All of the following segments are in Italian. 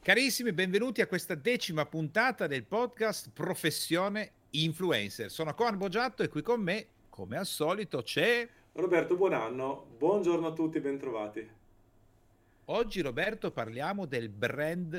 Carissimi, benvenuti a questa 10ª puntata del podcast Professione Influencer. Sono Coan Boggiatto e qui con me, come al solito, c'è... Roberto, buon anno, buongiorno a tutti, bentrovati. Oggi, Roberto, parliamo del brand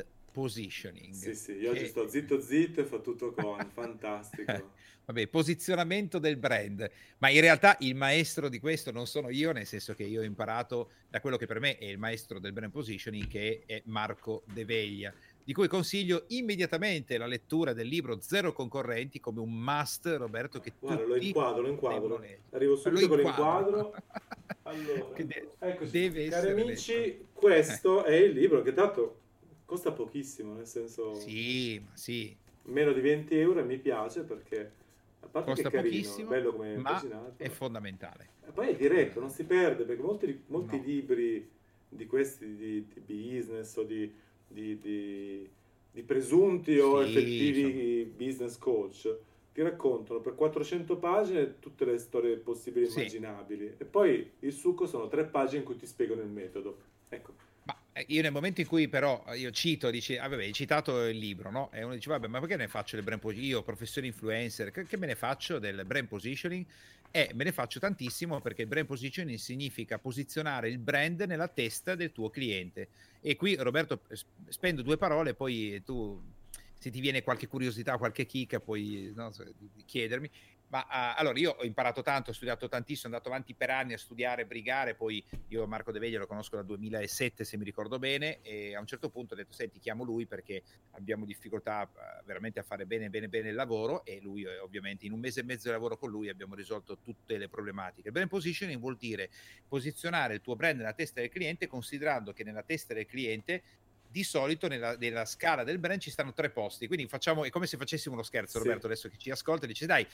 Sì, positioning, sì, io oggi che... sto zitto zitto e fa tutto con, fantastico. Vabbè, posizionamento del brand, ma in realtà il maestro di questo non sono io, nel senso che io ho imparato da quello che per me è il maestro del brand positioning, che è Marco De Veglia, di cui consiglio immediatamente la lettura del libro Zero Concorrenti come un must, Roberto, che Guarda, tutti lo devono inquadro. leggere. Arrivo Lo subito con inquadro, l'inquadro. Allora, che eccoci. deve Cari essere letto. amici, questo è il libro che tanto costa pochissimo, nel senso Sì, ma sì, meno di 20 euro e mi piace perché, a parte che è costa carino, è pochissimo, bello come è ma è impaginato, fondamentale. e poi è diretto, non si perde, perché molti No, libri di questi di business o di- di- di presunti o sì, sono... effettivi business coach ti raccontano per 400 pagine tutte le storie possibili e Sì. immaginabili e poi il succo sono 3 pagine in cui ti spiegano il metodo. Ecco, Ma io nel momento in cui però io cito, dici, ah, vabbè, hai citato il libro, no? E uno dice, vabbè, ma perché ne faccio del brand positioning? Io, professione influencer, che me ne faccio del brand positioning? Me ne faccio tantissimo perché il brand positioning significa posizionare il brand nella testa del tuo cliente. E qui, Roberto, spendo 2 parole, poi tu, se ti viene qualche curiosità, qualche chicca, puoi no, chiedermi. Ma allora, io ho imparato tanto, ho studiato tantissimo, sono andato avanti per anni a studiare, brigare, poi io Marco De Veglia lo conosco dal 2007 se mi ricordo bene e a un certo punto ho detto senti chiamo lui perché abbiamo difficoltà veramente a fare bene bene bene il lavoro e lui ovviamente in un mese e mezzo di lavoro con lui abbiamo risolto tutte le problematiche. Brand positioning vuol dire posizionare il tuo brand nella testa del cliente considerando che nella testa del cliente di solito nella scala del brand ci stanno 3 posti, quindi facciamo, è come se facessimo uno scherzo, sì. Roberto, adesso che ci ascolta, dice dai,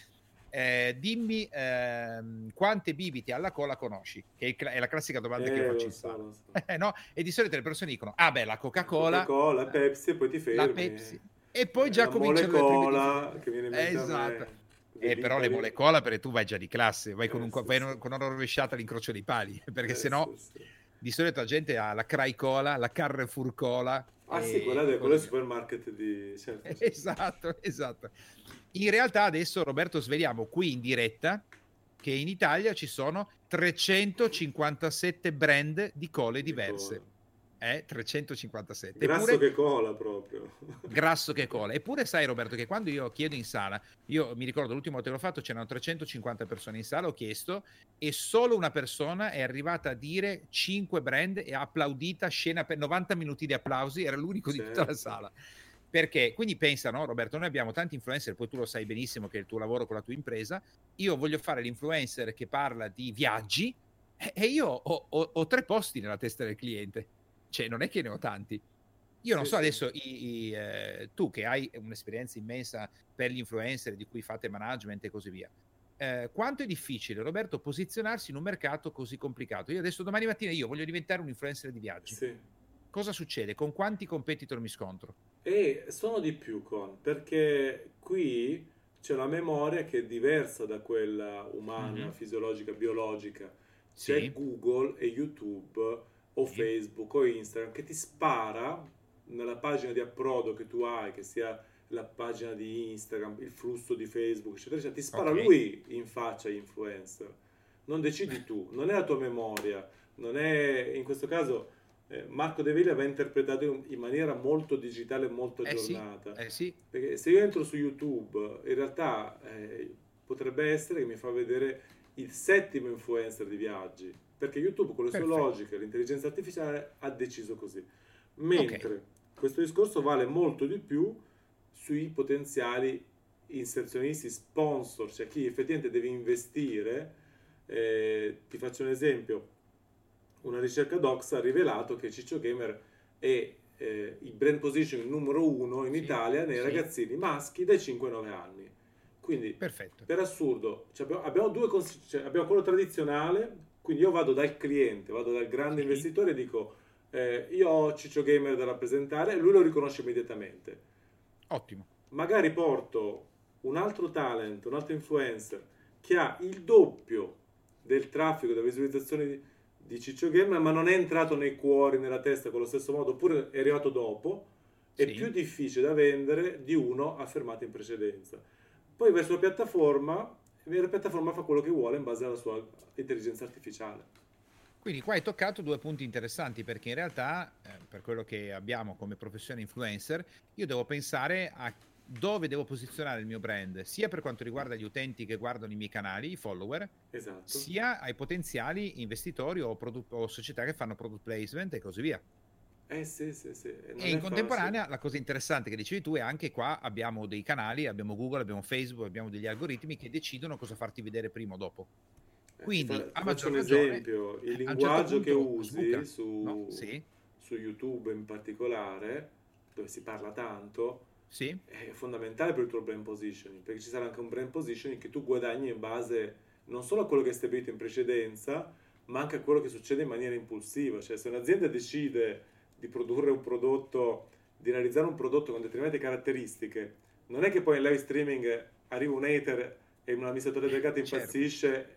dimmi quante bibite alla cola conosci, che è la classica domanda che io faccio in sala. Lo so. No? E di solito le persone dicono, ah beh, la La Coca-Cola, Coca-Cola, Pepsi e poi ti la fermi. Pepsi, e poi già La Mole cominciano le prime Cola, difficoltà. che viene in mente a Esatto. me, Però le dell'Italy. mole cola perché tu vai già di classe, vai Sì, sì. con una rovesciata all'incrocio dei pali, perché sennò Sì, sì. di solito la gente ha la Cry Cola, la Carrefour Cola Ah sì, e quello è così il via. supermarket di... Certo, certo. Esatto, esatto. In realtà adesso, Roberto, sveliamo qui in diretta che in Italia ci sono 357 brand di cole Di cola. diverse. 357. Grasso Eppure che cola proprio. grasso che cola. Eppure sai Roberto che quando io chiedo in sala, io mi ricordo l'ultima volta che l'ho fatto c'erano 350 persone in sala, ho chiesto e solo una persona è arrivata a dire 5 brand e ha applaudita scena per 90 minuti di applausi, era l'unico di tutta la Certo. sala. Perché quindi pensa, no, Roberto, noi abbiamo tanti influencer, poi tu lo sai benissimo che è il tuo lavoro con la tua impresa. Io voglio fare l'influencer che parla di viaggi e io ho 3 posti nella testa del cliente, cioè non è che ne ho tanti. Io non Sì, so sì. adesso tu che hai un'esperienza immensa per gli influencer di cui fate management e così via. Quanto è difficile, Roberto, posizionarsi in un mercato così complicato? Io adesso domani mattina io voglio diventare un influencer di viaggi. Sì. Cosa succede? Con quanti competitor mi scontro? E sono di più perché qui c'è una memoria che è diversa da quella umana, Mhm. fisiologica, biologica. C'è Sì, Google e YouTube o sì, Facebook o Instagram che ti spara nella pagina di approdo che tu hai, che sia la pagina di Instagram, il flusso di Facebook, eccetera, eccetera, ti spara ok. lui in faccia influencer. Non decidi tu, non è la tua memoria, non è in questo caso Marco De Veglia va interpretato in maniera molto digitale e molto Sì, aggiornata. sì, Perché se io entro su YouTube, in realtà potrebbe essere che mi fa vedere il settimo influencer di viaggi. Perché YouTube, con le sue perfetto. logiche, l'intelligenza artificiale, ha deciso così. Ok, Mentre questo discorso vale molto di più sui potenziali inserzionisti, sponsor, cioè chi effettivamente deve investire. Ti faccio un esempio: una ricerca Docs ha rivelato che Ciccio Gamer è il brand position numero uno in sì, Italia nei sì, ragazzini maschi dai 5 ai 9 anni. Quindi, perfetto. per assurdo, cioè abbiamo cioè abbiamo quello tradizionale, quindi io vado dal cliente, vado dal grande Sì, investitore e dico io ho Ciccio Gamer da rappresentare e lui lo riconosce immediatamente. ottimo. Magari porto un altro talent, un altro influencer che ha il doppio del traffico, delle visualizzazioni di Ciccio Gamer, ma non è entrato nei cuori, nella testa con lo stesso modo, oppure è arrivato dopo, è più Sì. difficile da vendere di uno affermato in precedenza. Poi vai sulla piattaforma e la piattaforma fa quello che vuole in base alla sua intelligenza artificiale. Quindi qua hai toccato due punti interessanti perché in realtà, per quello che abbiamo come professione influencer, io devo pensare a dove devo posizionare il mio brand, sia per quanto riguarda gli utenti che guardano i miei canali, i follower, Esatto. sia ai potenziali investitori o società che fanno product placement e così via. Sì, sì, sì, e E non in è facile. contemporanea la cosa interessante che dicevi tu è anche qua abbiamo dei canali, abbiamo Google, abbiamo Facebook, abbiamo degli algoritmi che decidono cosa farti vedere prima o dopo. Quindi Ti a faccio maggior un ragione, esempio, il a un certo linguaggio che punto usi sbuca, no? Sì, su YouTube in particolare, dove si parla tanto, sì, è fondamentale per il tuo brand positioning, perché ci sarà anche un brand positioning che tu guadagni in base non solo a quello che hai stabilito in precedenza, ma anche a quello che succede in maniera impulsiva. Cioè, se un'azienda decide di produrre un prodotto, di realizzare un prodotto con determinate caratteristiche, non è che poi in live streaming arriva un hater e un amministratore delegato certo. impazzisce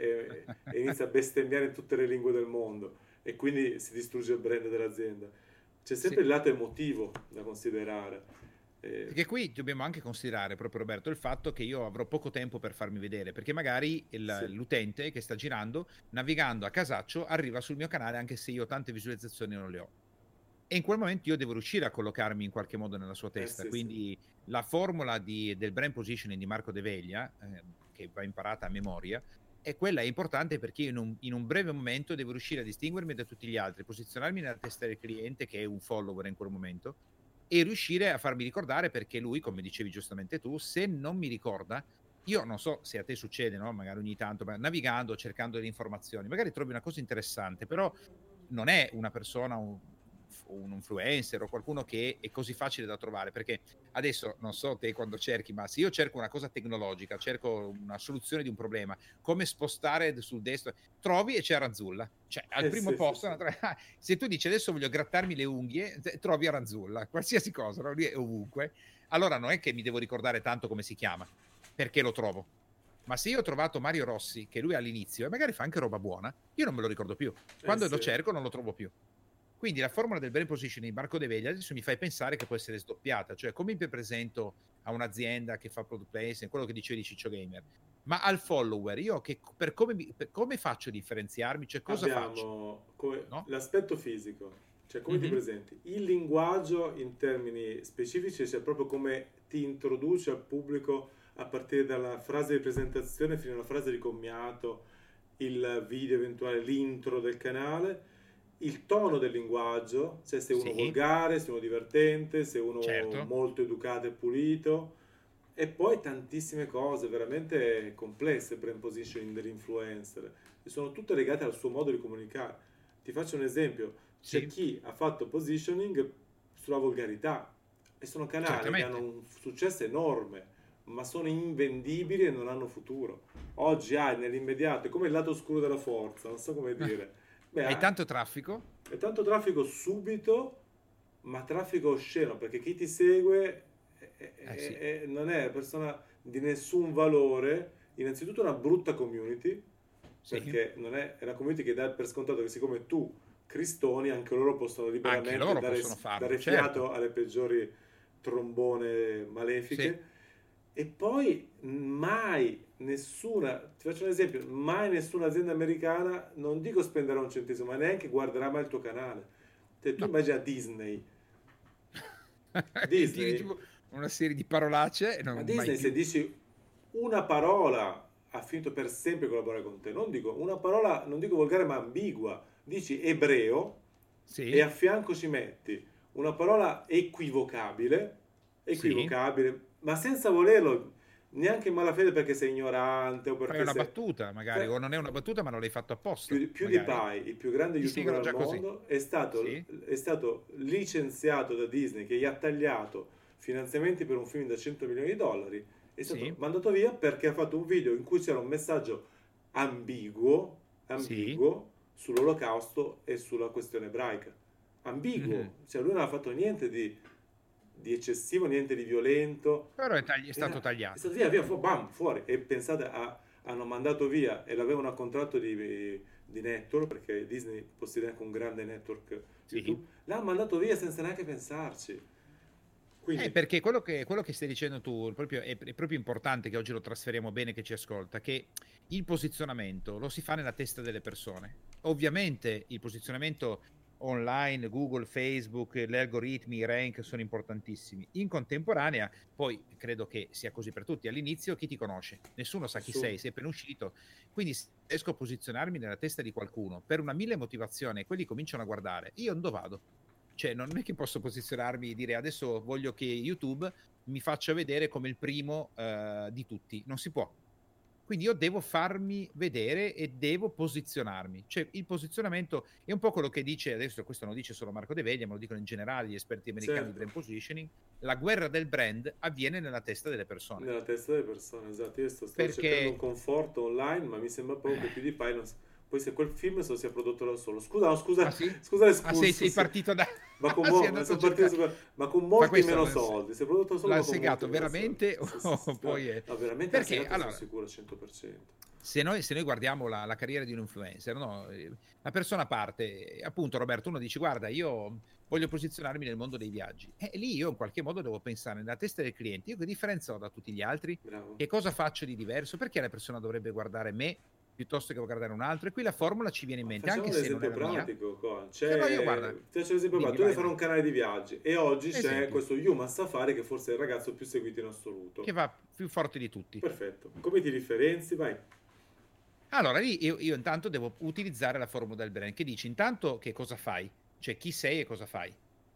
e inizia a bestemmiare in tutte le lingue del mondo e quindi si distrugge il brand dell'azienda. C'è sempre Sì. il lato emotivo da considerare. Eh, Perché qui dobbiamo anche considerare proprio Roberto il fatto che io avrò poco tempo per farmi vedere, perché magari sì, l'utente che sta girando, navigando a casaccio, arriva sul mio canale anche se io tante visualizzazioni non le ho. E in quel momento io devo riuscire a collocarmi in qualche modo nella sua testa. sì, sì. Quindi la formula del brand positioning di Marco De Veglia, che va imparata a memoria, è quella è importante perché io in un breve momento devo riuscire a distinguermi da tutti gli altri, posizionarmi nella testa del cliente, che è un follower in quel momento, e riuscire a farmi ricordare perché lui, come dicevi giustamente tu, se non mi ricorda, io non so se a te succede, no? Magari ogni tanto, ma navigando, cercando delle informazioni, magari trovi una cosa interessante, però non è una persona, un influencer o qualcuno che è così facile da trovare, perché adesso non so te quando cerchi, ma se io cerco una cosa tecnologica, cerco una soluzione di un problema, come spostare sul destro, trovi e c'è Aranzulla, cioè al primo Sì, sì, posto, sì. se tu dici adesso voglio grattarmi le unghie, trovi Aranzulla, qualsiasi cosa, no? Lì è ovunque. Allora non è che mi devo ricordare tanto come si chiama, perché lo trovo. Ma se io ho trovato Mario Rossi, che lui all'inizio, e magari fa anche roba buona, io non me lo ricordo più. Quando lo Sì. cerco non lo trovo più. Quindi la formula del brand positioning di Marco De Veglia adesso mi fai pensare che può essere sdoppiata, cioè come mi presento a un'azienda che fa product placement, quello che dicevi di Ciccio Gamer, ma al follower, io che, per come faccio a differenziarmi, cioè cosa faccio, Abbiamo no? l'aspetto fisico, cioè come ti Mm-hmm. presenti, il linguaggio in termini specifici, cioè proprio come ti introduci al pubblico a partire dalla frase di presentazione fino alla frase di commiato, il video eventuale, l'intro del canale, il tono del linguaggio, cioè se uno Sì, volgare, se uno divertente, se uno certo. molto educato e pulito, e poi tantissime cose veramente complesse per il positioning dell'influencer, e sono tutte legate al suo modo di comunicare. Ti faccio un esempio, c'è Sì, chi ha fatto positioning sulla volgarità e sono canali che hanno certamente. un successo enorme, ma sono invendibili e non hanno futuro. Oggi hai nell'immediato, è come il lato oscuro della forza, non so come dire. Beh, Hai tanto traffico? è tanto traffico subito, ma traffico osceno, perché chi ti segue Sì, non è persona di nessun valore. Innanzitutto è una brutta community, sì. perché non è una community che dà per scontato che siccome tu cristoni, anche loro possono Anche liberamente loro possono farlo, dare certo. fiato alle peggiori trombone Sì. malefiche. E poi mai nessuna, ti faccio un esempio, mai nessuna azienda americana, non dico spenderà un centesimo, ma neanche guarderà mai il tuo canale. Cioè, tu No. immagina Disney. E tiri Disney, giù una serie di parolacce e a non mai Disney se più. dici una parola ha finito per sempre collaborare con te. Non dico una parola, non dico volgare ma ambigua. Dici ebreo e Sì, a fianco ci metti una parola equivocabile, sì. equivocabile, ma senza volerlo, neanche in malafede perché sei ignorante o Fai perché una sei... battuta, magari, o non è una battuta, ma non l'hai fatto apposta, magari. PewDiePie, il più grande Ti youtuber seguono al già così. mondo, Sì, è stato licenziato da Disney che gli ha tagliato finanziamenti per un film da 100 milioni di dollari. È stato sì, mandato via perché ha fatto un video in cui c'era un messaggio ambiguo, sì. ambiguo sull'olocausto e sulla questione ebraica. Mhm. Ambiguo, cioè lui non ha fatto niente di eccessivo, niente di violento. Però è stato È tagliato. stato via, via, bam, fuori. E pensate, hanno mandato via e l'avevano a contratto di network, perché Disney possiede anche un grande network Sì. YouTube, l'ha mandato via senza neanche pensarci. Quindi, Perché quello che stai dicendo tu è proprio importante che oggi lo trasferiamo bene, che ci ascolta, che il posizionamento lo si fa nella testa delle persone. Ovviamente il posizionamento online, Google, Facebook, gli algoritmi, i rank sono importantissimi. In contemporanea, poi credo che sia così per tutti, all'inizio chi ti conosce? Nessuno sa chi sei appena uscito. Quindi se riesco a posizionarmi nella testa di qualcuno per una mille motivazioni, quelli cominciano a guardare, io dove vado? Cioè, non è che posso posizionarmi e dire adesso voglio che YouTube mi faccia vedere come il primo di tutti. Non si può. Quindi io devo farmi vedere e devo posizionarmi. Cioè, il posizionamento è un po' quello che dice, adesso questo non lo dice solo Marco De Veglia, ma lo dicono in generale gli esperti americani di brand positioning, la guerra del brand avviene nella testa delle persone. nella testa delle persone, esatto. Io sto cercando un Perché... conforto online, ma mi sembra proprio che PewDiePie non... Poi se quel film se lo sia prodotto da solo. Scusa, no, scusa, Ah sì? scusa, Ah, sei partito da... ma con, sei andato a cercare... ma con Ma molti questo meno soldi. Se è prodotto da solo, l'ha ma con segato molti meno soldi. veramente o poi è... No, veramente l'ha Perché segato, allora... sono sicuro al 100%. Se noi guardiamo la carriera di un influencer, no? La persona parte, appunto Roberto, uno dice guarda io voglio posizionarmi nel mondo dei viaggi e lì io in qualche modo devo pensare nella testa del cliente, io che differenza ho da tutti gli altri, Bravo. che cosa faccio di diverso, perché la persona dovrebbe guardare me piuttosto che guardare un altro, e qui la formula ci viene in mente, Facciamo anche un se non è esempio la mia. pratico qua. Se no io guarda, Ti faccio l'esempio dimmi, pratico. Tu devi vai, fare vai. un canale di viaggi e oggi c'è Esempio, questo Human Safari che forse è il ragazzo più seguito in assoluto. che va più forte di tutti. Perfetto. Come ti differenzi? Vai. Allora lì io intanto devo utilizzare la formula del brand, che dice intanto che cosa fai, cioè chi sei e cosa fai.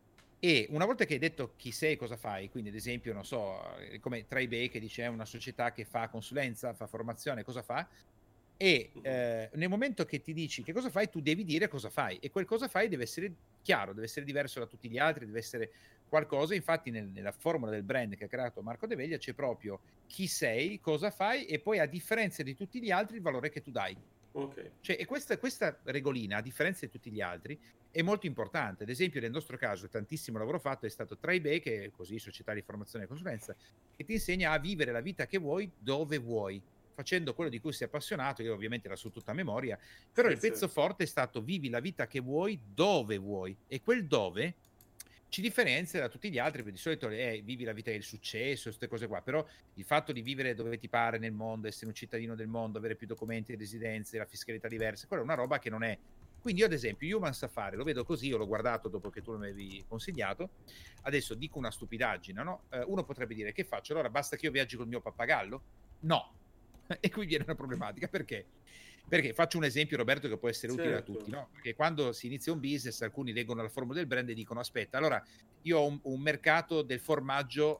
E una volta che hai detto chi sei e cosa fai, quindi ad esempio, non so, come TriBay che dice è una società che fa consulenza, fa formazione, cosa fa? E nel momento che ti dici che cosa fai, tu devi dire cosa fai, e quel cosa fai deve essere chiaro, deve essere diverso da tutti gli altri, deve essere qualcosa. Infatti nella formula del brand che ha creato Marco De Veglia c'è proprio chi sei, cosa fai e poi a differenza di tutti gli altri il valore che tu dai. Ok. Cioè, e questa regolina, a differenza di tutti gli altri, è molto importante. Ad esempio, nel nostro caso, tantissimo lavoro fatto è stato TriBay, che è così, società di formazione e consulenza, che ti insegna a vivere la vita che vuoi, dove vuoi, facendo quello di cui sei appassionato. Io ovviamente la so tutta a memoria, però il pezzo forte è stato vivi la vita che vuoi, dove vuoi. E quel dove ci differenzia da tutti gli altri, perché di solito vivi la vita del successo, queste cose qua, però il fatto di vivere dove ti pare nel mondo, essere un cittadino del mondo, avere più documenti e residenze, la fiscalità diversa, quella è una roba che non è. Quindi io ad esempio Human Safari lo vedo così, io l'ho guardato dopo che tu lo avevi consigliato, adesso dico una stupidaggine, no? Uno potrebbe dire che faccio? Allora basta che io viaggi col mio pappagallo? No. E qui viene una problematica, perché? Perché faccio un esempio, Roberto, che può essere utile a tutti, no? Perché quando si inizia un business, alcuni leggono la formula del brand e dicono aspetta, allora io ho un mercato del formaggio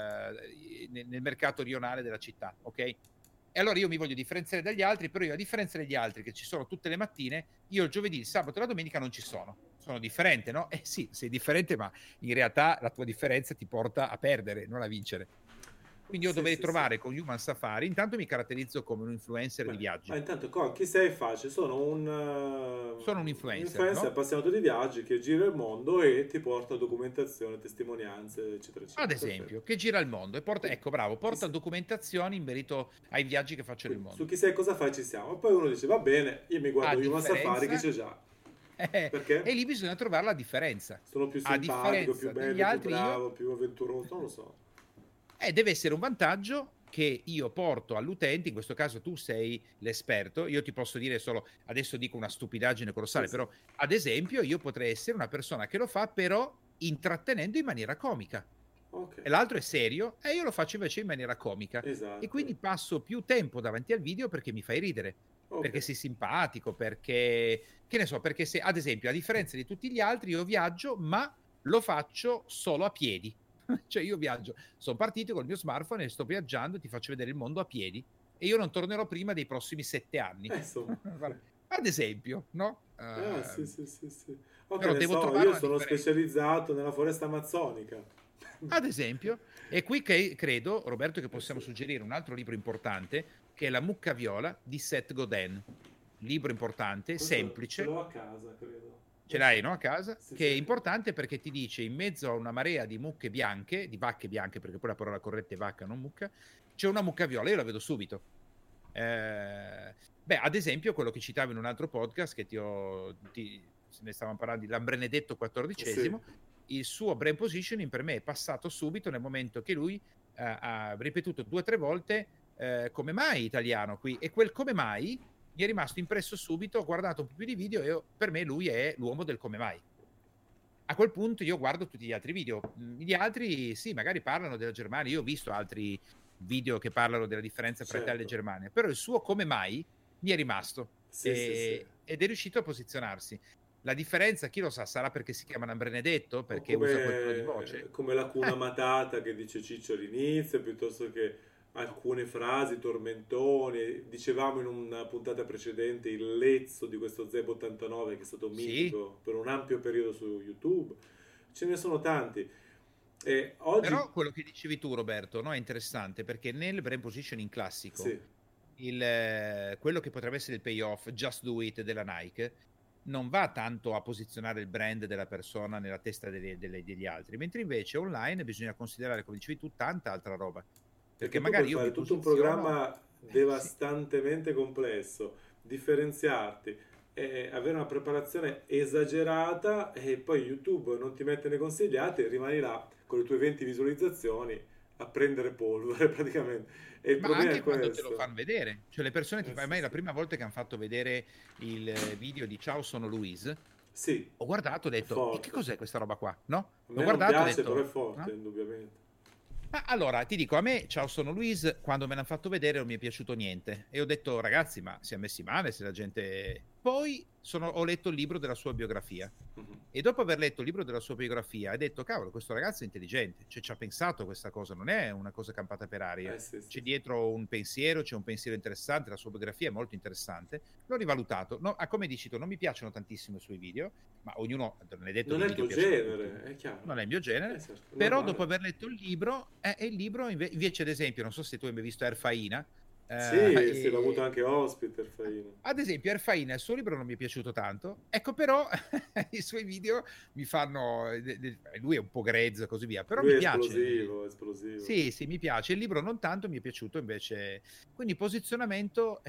nel mercato rionale della città, ok? E allora io mi voglio differenziare dagli altri, però io a differenza degli altri che ci sono tutte le mattine, io il giovedì, il sabato e la domenica non ci sono. Sono differente, no? Sì, sei differente, ma in realtà la tua differenza ti porta a perdere, non a vincere. Quindi io dovrei trovare con Human Safari, intanto mi caratterizzo come un influencer di viaggi. Ma intanto con chi sei facile, sono un influencer, no? appassionato di viaggi che gira il mondo e ti porta documentazione, testimonianze, eccetera, eccetera. Ad esempio, che gira il mondo e porta, ecco bravo, porta documentazioni in merito ai viaggi che faccio nel mondo. Su chi sei cosa fai ci siamo. E poi uno dice va bene, io mi guardo Human Safari che c'è già. Perché? E lì bisogna trovare la differenza. Sono più simpatico, più bello, più bravo, più avventuroso, non lo so. Deve essere un vantaggio che io porto all'utente, in questo caso tu sei l'esperto, io ti posso dire solo, adesso dico una stupidaggine colossale, sì, però ad esempio io potrei essere una persona che lo fa però intrattenendo in maniera comica. Okay. E l'altro è serio e io lo faccio invece in maniera comica. Esatto. E quindi passo più tempo davanti al video perché mi fai ridere, perché sei simpatico, perché, che ne so, perché se, ad esempio, a differenza di tutti gli altri, io viaggio, ma lo faccio solo a piedi. Cioè io viaggio, sono partito col mio smartphone e sto viaggiando e ti faccio vedere il mondo a piedi e io non tornerò prima dei prossimi 7 anni. Ad esempio, no? Sì. Però devo io sono specializzato nella foresta amazzonica. Ad esempio, è qui che credo, Roberto, che possiamo suggerire un altro libro importante, che è La mucca viola di Seth Godin. Libro importante, semplice. Ce l'ho a casa, credo. Ce l'hai, no, a casa? Sì, che è importante perché ti dice, in mezzo a una marea di mucche bianche, di vacche bianche, perché poi la parola corretta è vacca, non mucca, c'è una mucca viola, io la vedo subito. Ad esempio, quello che citavo in un altro podcast, che ne stavamo parlando di Lambenedetto XIV, il suo brand positioning per me è passato subito nel momento che lui ha ripetuto 2 o 3 volte come mai italiano qui, e quel come mai mi è rimasto impresso subito. Ho guardato un po' più di video e per me lui è l'uomo del come mai. A quel punto io guardo tutti gli altri video. Gli altri sì, magari parlano della Germania, io ho visto altri video che parlano della differenza tra Italia e Germania, però il suo come mai mi è rimasto ed è riuscito a posizionarsi. La differenza, chi lo sa, sarà perché si chiama Benedetto, perché usa quel tono di voce? Come l'Hakuna Matata che dice Ciccio all'inizio, piuttosto che alcune frasi, tormentoni. Dicevamo in una puntata precedente il lezzo di questo Zeb 89 che è stato mitico per un ampio periodo su YouTube. Ce ne sono tanti. E oggi... Però quello che dicevi tu, Roberto, no, è interessante, perché nel brand positioning classico, quello che potrebbe essere il payoff, just do it della Nike, non va tanto a posizionare il brand della persona nella testa degli altri, mentre invece online bisogna considerare, come dicevi tu, tanta altra roba. Perché magari io fare tutto un programma devastantemente complesso, differenziarti, avere una preparazione esagerata, e poi YouTube non ti mette nei consigliati e rimani là con le tue 20 visualizzazioni a prendere polvere praticamente. E il Ma problema anche è quando questo. te lo fanno vedere, cioè le persone a me la prima volta che hanno fatto vedere il video di Ciao sono Luis, sì, ho guardato, ho detto e che cos'è questa roba qua, no? A L'ho me guardato, non ho piace, detto, però è forte, indubbiamente. Ma allora ti dico, a me Ciao sono Luis, quando me l'hanno fatto vedere non mi è piaciuto niente e ho detto ragazzi, ma si è messi male se la gente... Poi ho letto il libro della sua biografia e dopo aver letto il libro della sua biografia ho detto cavolo, questo ragazzo è intelligente, cioè ci ha pensato questa cosa, non è una cosa campata per aria, c'è dietro un pensiero, c'è un pensiero interessante, la sua biografia è molto interessante. L'ho rivalutato, no, come dici tu, non mi piacciono tantissimo i suoi video, ma ognuno non è detto non che è il tuo genere, è chiaro. non è il mio genere, certo, però normale. dopo aver letto il libro invece ad esempio, non so se tu hai mai visto Erfaina, sì, l'ho avuto anche ospite Erfaina. ad esempio Erfaina, il suo libro non mi è piaciuto tanto, ecco, però i suoi video mi fanno, lui è un po' grezzo e così via, però lui mi è piace. esplosivo. Sì, mi piace. Il libro non tanto, mi è piaciuto invece. Quindi posizionamento,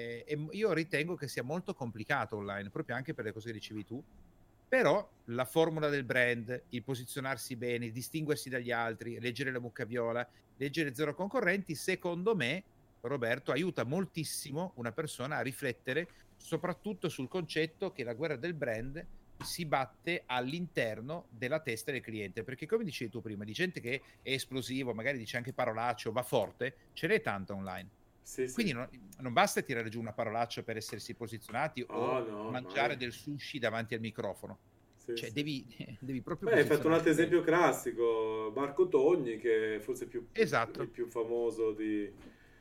io ritengo che sia molto complicato online, proprio anche per le cose che dicevi tu. Però la formula del brand, il posizionarsi bene, distinguersi dagli altri, leggere la mucca viola, leggere Zero Concorrenti, secondo me, Roberto, aiuta moltissimo una persona a riflettere soprattutto sul concetto che la guerra del brand si batte all'interno della testa del cliente, perché come dicevi tu prima, di gente che è esplosivo, magari dice anche parolaccio, va forte, ce n'è tanta online. Quindi non basta tirare giù una parolaccia per essersi posizionati o mangiare del sushi davanti al microfono. Cioè devi proprio hai fatto un altro bene. esempio classico, Marco Togni, che è forse Esatto. il più famoso di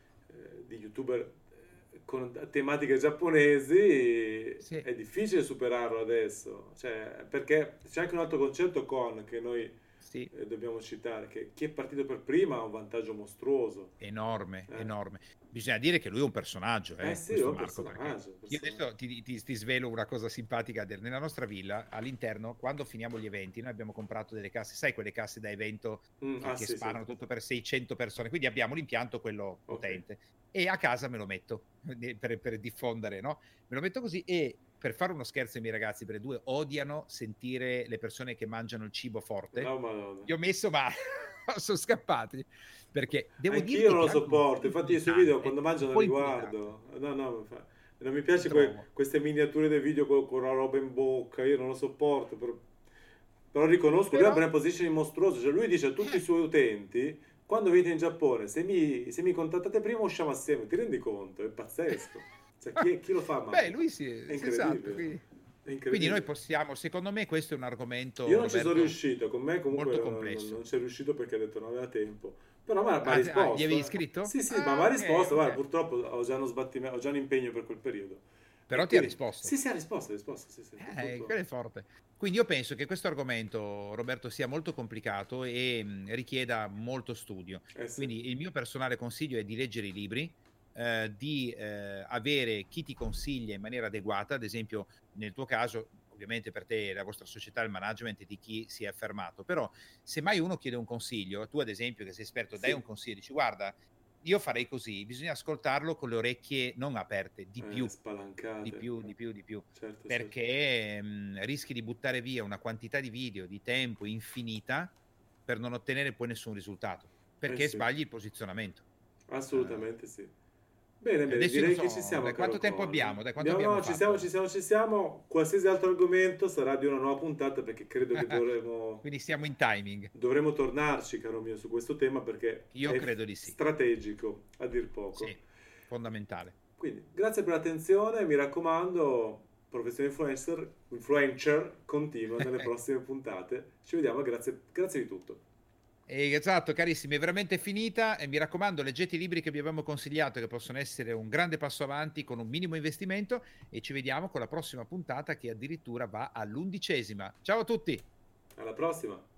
youtuber con tematiche giapponesi. È difficile superarlo adesso, cioè, perché c'è anche un altro concetto che noi dobbiamo citare, che chi è partito per prima ha un vantaggio mostruoso. Enorme. Bisogna dire che lui è un personaggio, sì, è un Marco, personaggio. Io adesso ti svelo una cosa simpatica. Nella nostra villa, all'interno, quando finiamo gli eventi, noi abbiamo comprato delle casse, sai, quelle casse da evento che sparano tutto per 600 persone, quindi abbiamo l'impianto, quello potente, e a casa me lo metto per diffondere, no? Me lo metto così, e per fare uno scherzo ai miei ragazzi, perché due odiano sentire le persone che mangiano il cibo forte, io ho messo, ma sono scappati, perché devo dire che non lo sopporto. Infatti i suoi video quando mangiano li guardo. Non mi piace queste miniature dei video con la roba in bocca, io non lo sopporto, però riconosco, lui ha un brand positioning mostruoso, cioè lui dice a tutti i suoi utenti: quando venite in Giappone, se mi contattate prima usciamo assieme, ti rendi conto? È pazzesco. Cioè, chi lo fa? Beh, lui sì, è incredibile. Esatto, quindi noi possiamo, secondo me questo è un argomento, io non ci sono riuscito, con me comunque molto complesso. Non c'è riuscito perché ha detto non aveva tempo, però mi ha risposto. Gli avevi scritto? Sì, ma mi ha risposto. Guarda, purtroppo ho già un impegno per quel periodo, però ti ha risposto. Sì, ha risposto, sì. Quello è forte. Quindi io penso che questo argomento, Roberto, sia molto complicato e richieda molto studio. Quindi il mio personale consiglio è di leggere i libri, di avere chi ti consiglia in maniera adeguata. Ad esempio, nel tuo caso, ovviamente per te la vostra società, il management di chi si è affermato, però se mai uno chiede un consiglio, tu ad esempio che sei esperto, dai un consiglio, dici guarda, io farei così, bisogna ascoltarlo con le orecchie non aperte, di più, spalancate. di più, Certo, perché rischi di buttare via una quantità di video, di tempo infinita per non ottenere poi nessun risultato, perché sì. sbagli il posizionamento. Assolutamente sì. Bene, Adesso direi so, che ci siamo. dai, quanto tempo abbiamo? Dai, quanto abbiamo Ci fatto? siamo. Qualsiasi altro argomento sarà di una nuova puntata perché credo che Quindi siamo in timing. dovremo tornarci, caro mio, su questo tema perché Io è credo di sì. strategico, a dir poco. Sì, fondamentale. Quindi, grazie per l'attenzione, mi raccomando, professione influencer continua nelle prossime puntate. Ci vediamo, grazie di tutto. Esatto, carissimi, è veramente finita e mi raccomando, leggete i libri che vi abbiamo consigliato che possono essere un grande passo avanti con un minimo investimento e ci vediamo con la prossima puntata che addirittura va all'11ª. Ciao a tutti! Alla prossima!